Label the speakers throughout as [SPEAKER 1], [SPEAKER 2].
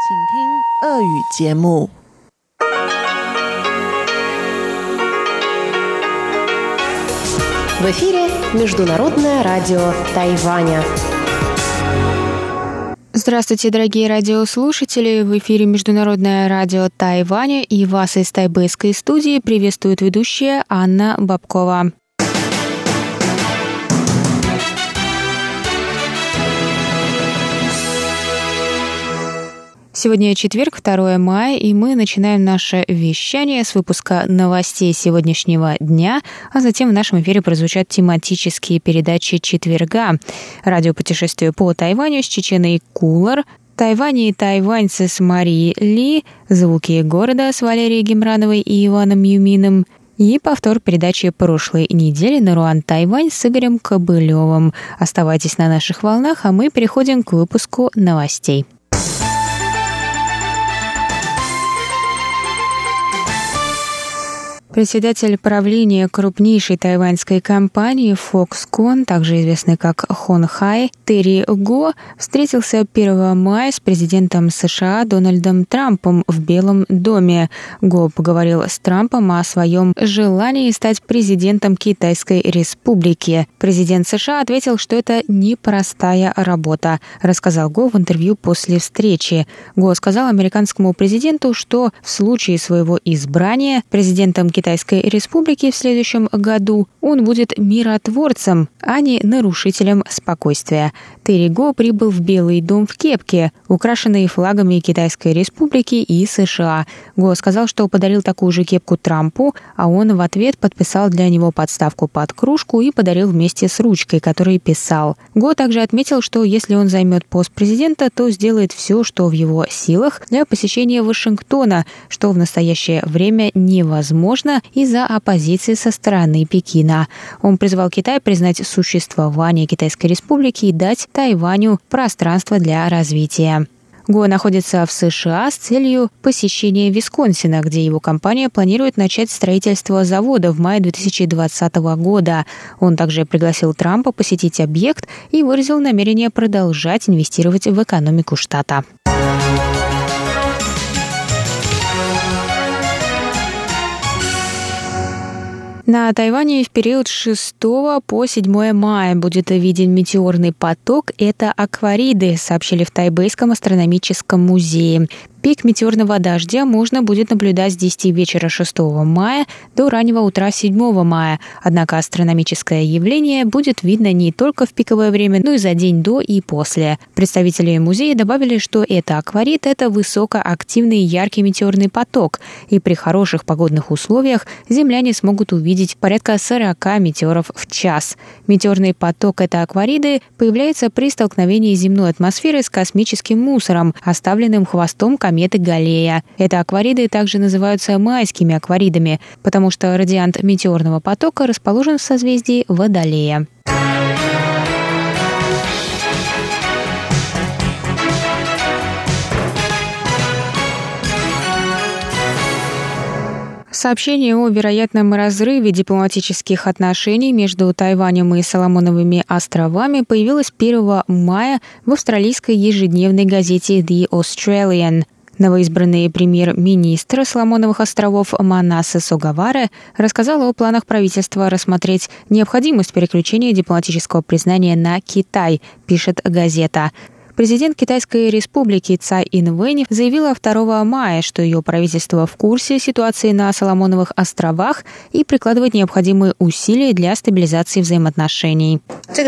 [SPEAKER 1] 请听俄语节目。
[SPEAKER 2] В эфире Международное радио Тайваня.
[SPEAKER 3] Здравствуйте, дорогие радиослушатели! В эфире Международное радио Тайваня, и вас из тайбэйской студии приветствует ведущая Анна Бабкова. Сегодня четверг, 2 мая, и мы начинаем наше вещание с выпуска новостей сегодняшнего дня, а затем в нашем эфире прозвучат тематические передачи четверга. Радиопутешествие по Тайваню с Чеченой Кулар, Тайвань и тайваньцы с Марией Ли, звуки города с Валерией Гемрановой и Иваном Юминым, и повтор передачи прошлой недели «Наруан Тайвань» с Игорем Кобылевым. Оставайтесь на наших волнах, а мы переходим к выпуску новостей. Председатель правления крупнейшей тайваньской компании Foxconn, также известный как Hon Hai, Терри Го, встретился 1 мая с президентом США Дональдом Трампом в Белом доме. Го поговорил с Трампом о своем желании стать президентом Китайской Республики. Президент США ответил, что это непростая работа, рассказал Го в интервью после встречи. Го сказал американскому президенту, что в случае своего избрания президентом Китайской Республики в следующем году он будет миротворцем, а не нарушителем спокойствия. Терри Го прибыл в Белый дом в кепке, украшенной флагами Китайской Республики и США. Го сказал, что подарил такую же кепку Трампу, а он в ответ подписал для него подставку под кружку и подарил вместе с ручкой, которой писал. Го также отметил, что если он займет пост президента, то сделает все, что в его силах для посещения Вашингтона, что в настоящее время невозможно из-за оппозиции со стороны Пекина. Он призвал Китай признать существование Китайской Республики и дать Тайваню пространство для развития. Го находится в США с целью посещения Висконсина, где его компания планирует начать строительство завода в мае 2020 года. Он также пригласил Трампа посетить объект и выразил намерение продолжать инвестировать в экономику штата. На Тайване в период с 6 по 7 мая будет виден метеорный поток. Это аквариды, сообщили в Тайбэйском астрономическом музее. Пик метеорного дождя можно будет наблюдать с 10 вечера 6 мая до раннего утра 7 мая. Однако астрономическое явление будет видно не только в пиковое время, но и за день до и после. Представители музея добавили, что это акварид – это высокоактивный яркий метеорный поток, и при хороших погодных условиях земляне смогут увидеть порядка 40 метеоров в час. Метеорный поток – это аквариды появляется при столкновении земной атмосферы с космическим мусором, оставленным хвостом кометы Галлея. Это аквариды также называются майскими акваридами, потому что радиант метеорного потока расположен в созвездии Водолея. Сообщение о вероятном разрыве дипломатических отношений между Тайванем и Соломоновыми островами появилось 1 мая в австралийской ежедневной газете The Australian. Новоизбранный премьер-министр Соломоновых островов Манассе Согаваре рассказал о планах правительства рассмотреть необходимость переключения дипломатического признания на Китай, пишет газета. Президент Китайской Республики Цай Инвэнь заявила 2 мая, что ее правительство в курсе ситуации на Соломоновых островах и прикладывает необходимые усилия для стабилизации взаимоотношений.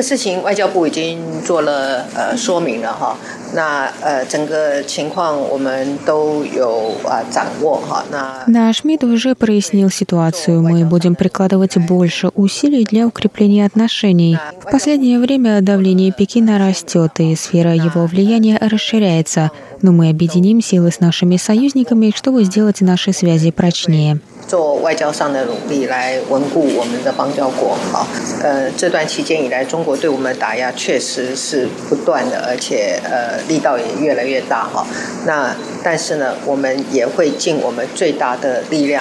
[SPEAKER 3] Наш МИД уже прояснил ситуацию. Мы будем прикладывать больше усилий для укрепления отношений. В последнее время давление Пекина растет, и сфера его влияние расширяется, но мы объединим силы с нашими союзниками, чтобы сделать наши связи прочнее.
[SPEAKER 4] 做外交上的努力来稳固我们的邦交国。这段期间以来，中国对我们的打压确实是不断的，而且力道也越来越大哈。那但是呢，我们也会尽我们最大的力量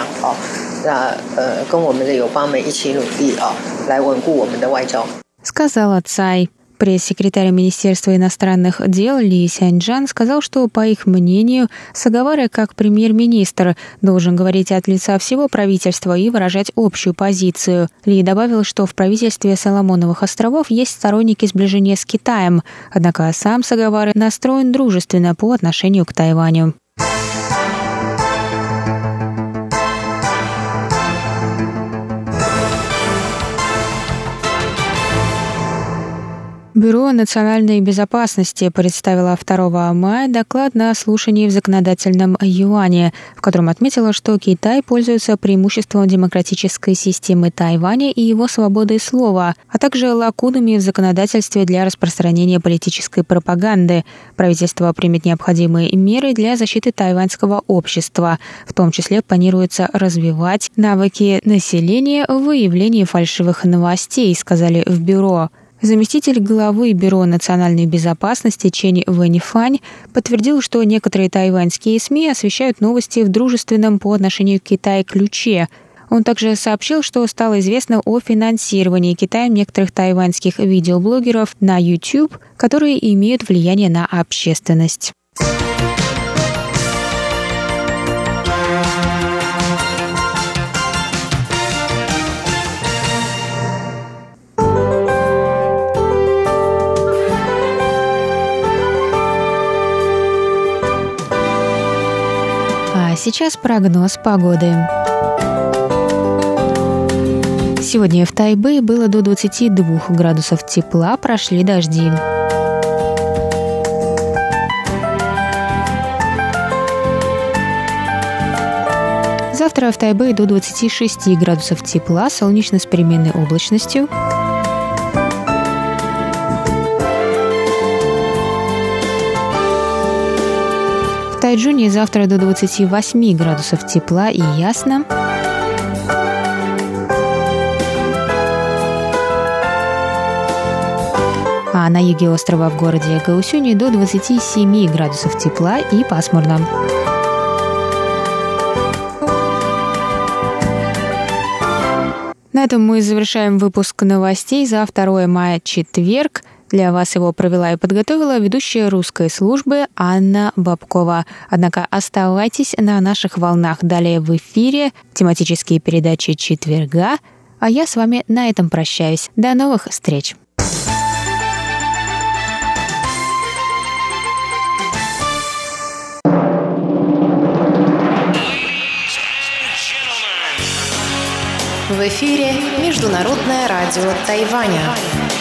[SPEAKER 4] 跟我们的友邦们一起努力来稳固我们的外交。
[SPEAKER 3] Сказала Цай. Пресс-секретарь Министерства иностранных дел Ли Сяньчжан сказал, что, по их мнению, Сагавара, как премьер-министр, должен говорить от лица всего правительства и выражать общую позицию. Ли добавил, что в правительстве Соломоновых островов есть сторонники сближения с Китаем, однако сам Сагавара настроен дружественно по отношению к Тайваню. Бюро национальной безопасности представило 2 мая доклад на слушании в законодательном юане, в котором отметило, что Китай пользуется преимуществом демократической системы Тайваня и его свободой слова, а также лакунами в законодательстве для распространения политической пропаганды. Правительство примет необходимые меры для защиты тайваньского общества. В том числе планируется развивать навыки населения в выявлении фальшивых новостей, сказали в бюро. Заместитель главы Бюро национальной безопасности Чэнь Вэньфань подтвердил, что некоторые тайваньские СМИ освещают новости в дружественном по отношению к Китаю ключе. Он также сообщил, что стало известно о финансировании Китаем некоторых тайваньских видеоблогеров на YouTube, которые имеют влияние на общественность. Сейчас прогноз погоды. Сегодня в Тайбэе было до 22 градусов тепла, прошли дожди. Завтра в Тайбэе до 26 градусов тепла, солнечно с переменной облачностью. В Тайчжуне завтра до 28 градусов тепла и ясно. А на юге острова в городе Гаосюне до 27 градусов тепла и пасмурно. На этом мы завершаем выпуск новостей за 2 мая, четверг. Для вас его провела и подготовила ведущая русской службы Анна Бабкова. Однако оставайтесь на наших волнах. Далее в эфире тематические передачи четверга. А я с вами на этом прощаюсь. До новых встреч!
[SPEAKER 2] В эфире Международное радио Тайваня.